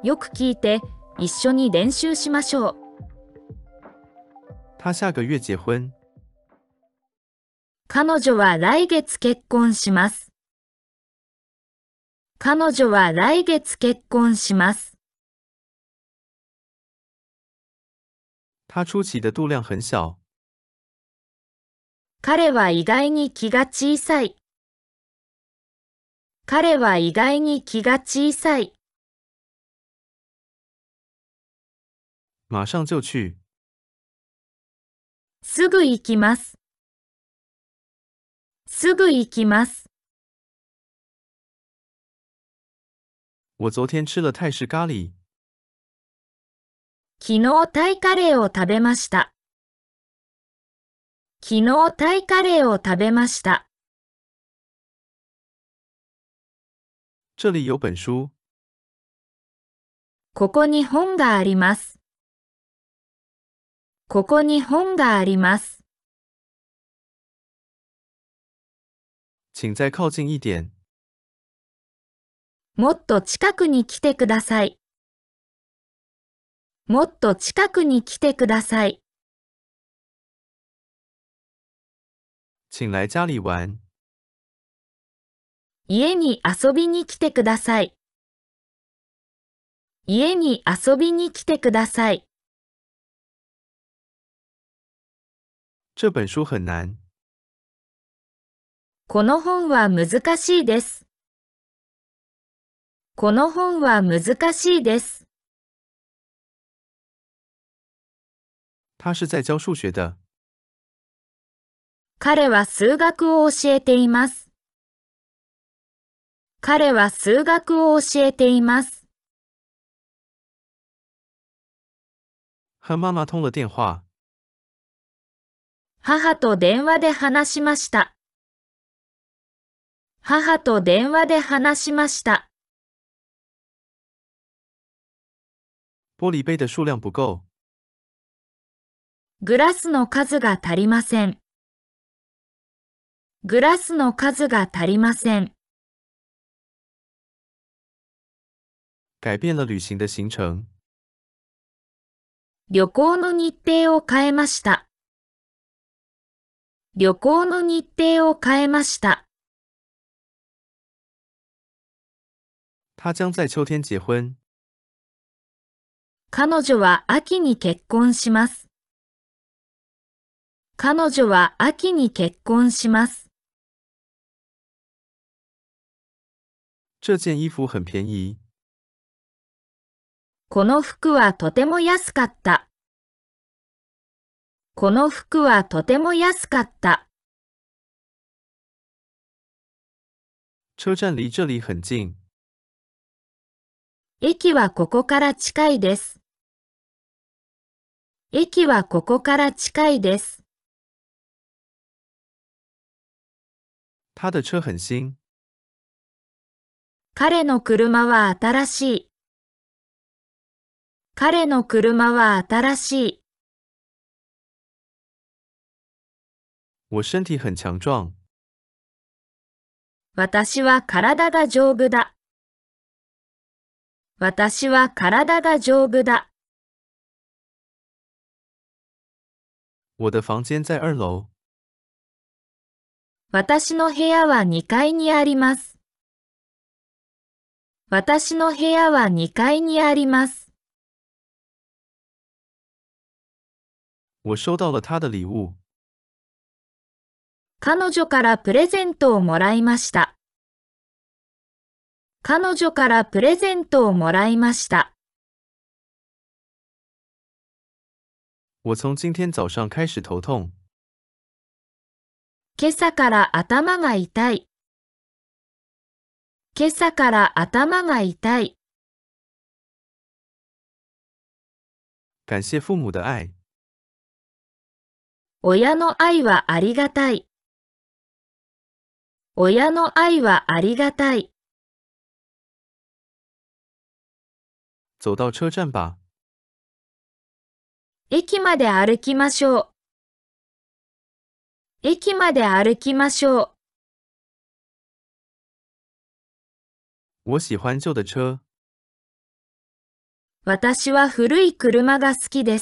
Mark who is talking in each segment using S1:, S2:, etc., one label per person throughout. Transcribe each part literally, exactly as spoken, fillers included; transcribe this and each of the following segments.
S1: よく聞いて、一緒に練習しましょう。
S2: 他下个月结婚。
S1: 彼女は来月結婚します。彼女は来月結婚します。
S2: 他出奇的度量很小。
S1: 彼は意外に気が小さい。彼は意外に気が小さい。
S2: 马上就去。
S1: すぐ行きます。すぐ行きます。
S2: 我昨天吃了泰式咖喱。
S1: 昨日タイカレーを食べました。昨日タイカレーを食べました。
S2: 这里有本书。
S1: ここに本があります。ここに本があります。
S2: 请再靠近一点。
S1: もっと近くに来てください。もっと近くに来てください。
S2: 请来家里玩。
S1: 家に遊びに来てください。家に遊びに来てください。
S2: 这本书很难。
S1: この本は難しいです。この本は難しいです。
S2: 他是在教数学的。
S1: 彼は数学を教えています。彼は数学を教えています。
S2: 和妈妈通了电话。
S1: 母と電話で話しました。母と電話で話しました。
S2: 玻璃杯的数量不够。
S1: グラスの数が足りません。グラスの数が足りません。
S2: 改变了旅行的行程。
S1: 旅行の日程を変えました。旅行の日程を変えました。
S2: 他将在秋天结婚。
S1: 彼女は秋に結婚します。彼女は秋に結婚します。
S2: 这件衣服很便宜。
S1: この服はとても安かった。この服はとても安かった。
S2: 车站离这里很近。
S1: 駅はここから近いです。駅はここから近いです。
S2: 他的车很新。
S1: 彼の車は新しい。彼の車は新しい。
S2: 我身体很强壮。
S1: 私は体が丈夫だ。私は体が丈夫だ。
S2: 我的房间在二楼。
S1: 私の部屋はにかいにあります。私の部屋はにかいにあります。
S2: 我收到了他的礼物。
S1: 彼女からプレゼントをもらいました。彼女からプレゼントをもらいました。
S2: 我从今天早上开始头痛。
S1: 今朝から頭が痛い。今朝から頭が痛い。
S2: 感谢父母的爱。
S1: 親の愛はありがたい。親の愛はありがたい。
S2: 走到车站吧。
S1: 駅まで歩きましょう。駅まで歩きましょう。
S2: 我喜欢旧的车。
S1: 私は古い車が好きです。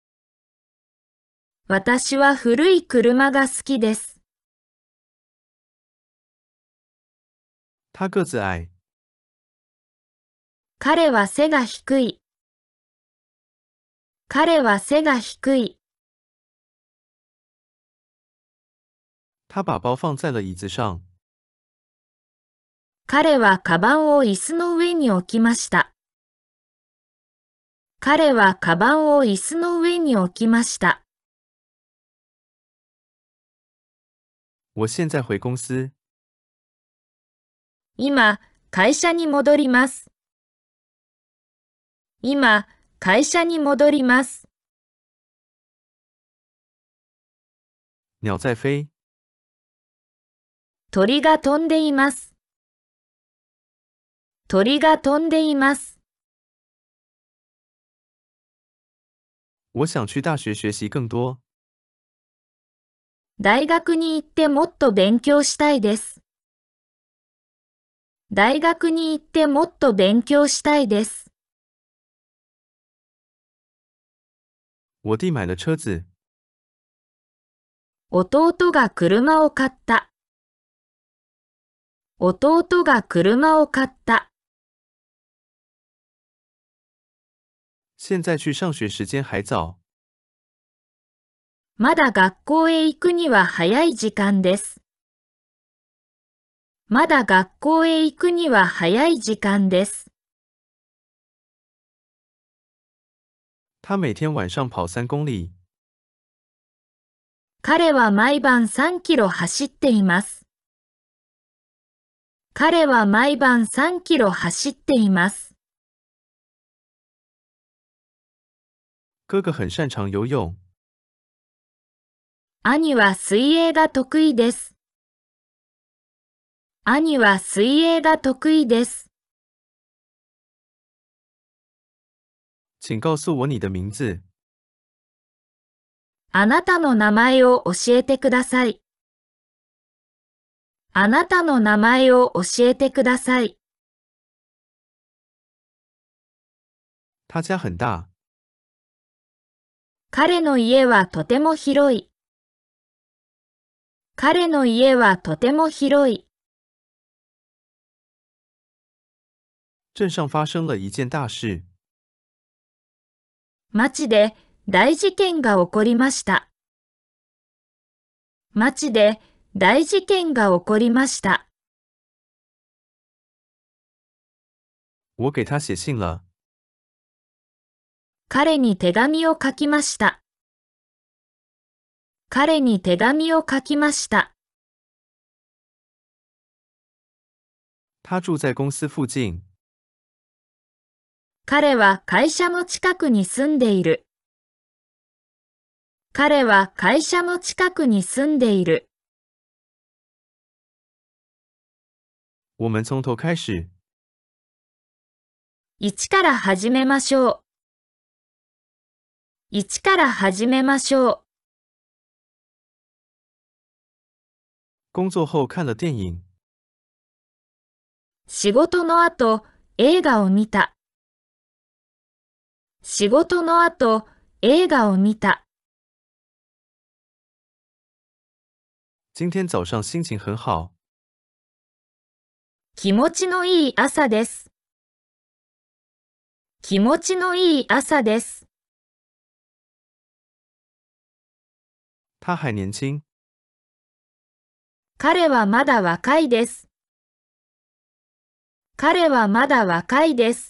S1: 私は古い車が好きです。
S2: 他个子矮。
S1: 彼は背が低い。彼は背が低い。
S2: 他把包放在了椅子上。
S1: 彼はカバンを椅子の上に置きました。彼はカバンを椅子の上に置きました。
S2: 我现在回公司。
S1: 今、会社に戻ります。今、会社に戻ります。
S2: 鸟在飞。
S1: 鳥が飛んでいます。鳥が飛んでいます。
S2: 我想去大学学习更多。
S1: 大学に行ってもっと勉強したいです。大学に行ってもっと勉強したいです。
S2: 我弟买了车子。
S1: 弟が車を買った。弟が車を買った。
S2: 现在去上学时间还早。
S1: まだ学校へ行くには早い時間です。まだ学校へ行くには早い時間です。
S2: 他每天晚上跑三公里。
S1: 彼は毎晩さんキロ走っています。彼は毎晩さんキロ走っています。
S2: 哥哥很擅长游泳。
S1: 兄は水泳が得意です。兄は水泳が得意です。
S2: 请告诉我你的名字。
S1: あなたの名前を教えてください。あなたの名前を教えてください。
S2: 他家很大。
S1: 彼の家はとても広い。彼の家はとても広い。
S2: 镇上发生了一件大事。
S1: 町で大事件が起こりました。町で大事件が起こりました。
S2: 我给他写信了。
S1: 彼に手紙を書きました。彼に手紙を書きました。
S2: 他住在公司附近。
S1: 彼は会社の近くに住んでいる。彼は会社の近くに住んでいる。
S2: 我们从头开始。
S1: 一から始めましょう。一から始めましょう。
S2: 工作后看了电影。
S1: 仕事の後、映画を見た。仕事の後、映画を見た。
S2: 今天早上心情很好。
S1: 気持ちのいい朝です。気持ちのいい朝です。
S2: 他还年轻。
S1: 彼はまだ若いです。彼はまだ若いです。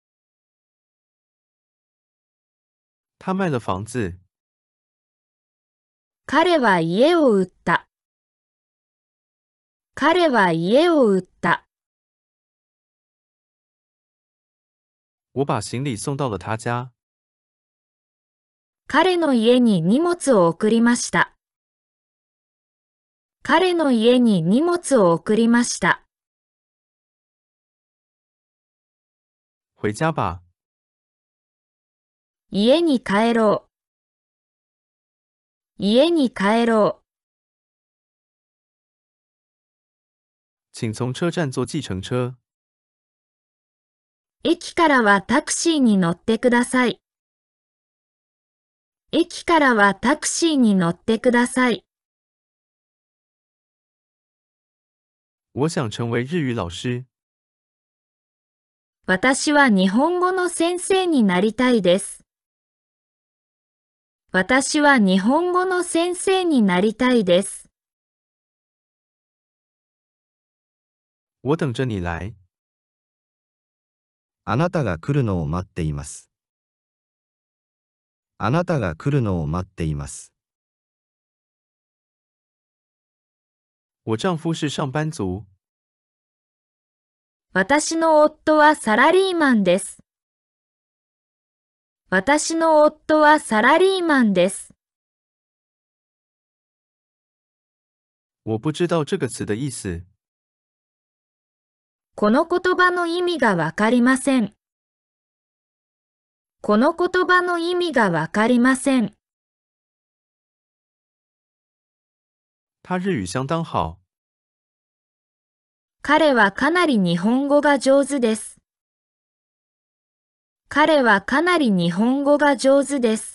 S2: 他卖了房子。
S1: 彼は家を売った。彼は家を売った。
S2: 我把行李送到了他家。
S1: 彼の家に荷物を送りました。彼の家に荷物を送りました。
S2: 回家吧。
S1: 家に帰ろう。家に帰ろう。
S2: 请从车站坐计程车。
S1: 駅からはタクシーに乗ってください。駅からはタクシーに乗ってください。
S2: 我想成为日语老师。
S1: 私は日本語の先生になりたいです。私は日本語の先生になりたいです。
S2: 我等着你来。
S3: あなたが来るのを待っています。あなたが来るのを待っています。
S2: 我丈夫是上班族。
S1: 私の夫はサラリーマンです。私の夫はサラリーマンです。
S2: 我不知道这个词的意思。
S1: この言葉の意味がわかりません。この言葉の意味がわかりません。
S2: 他日语相当好。
S1: 彼はかなり日本語が上手です。彼はかなり日本語が上手です。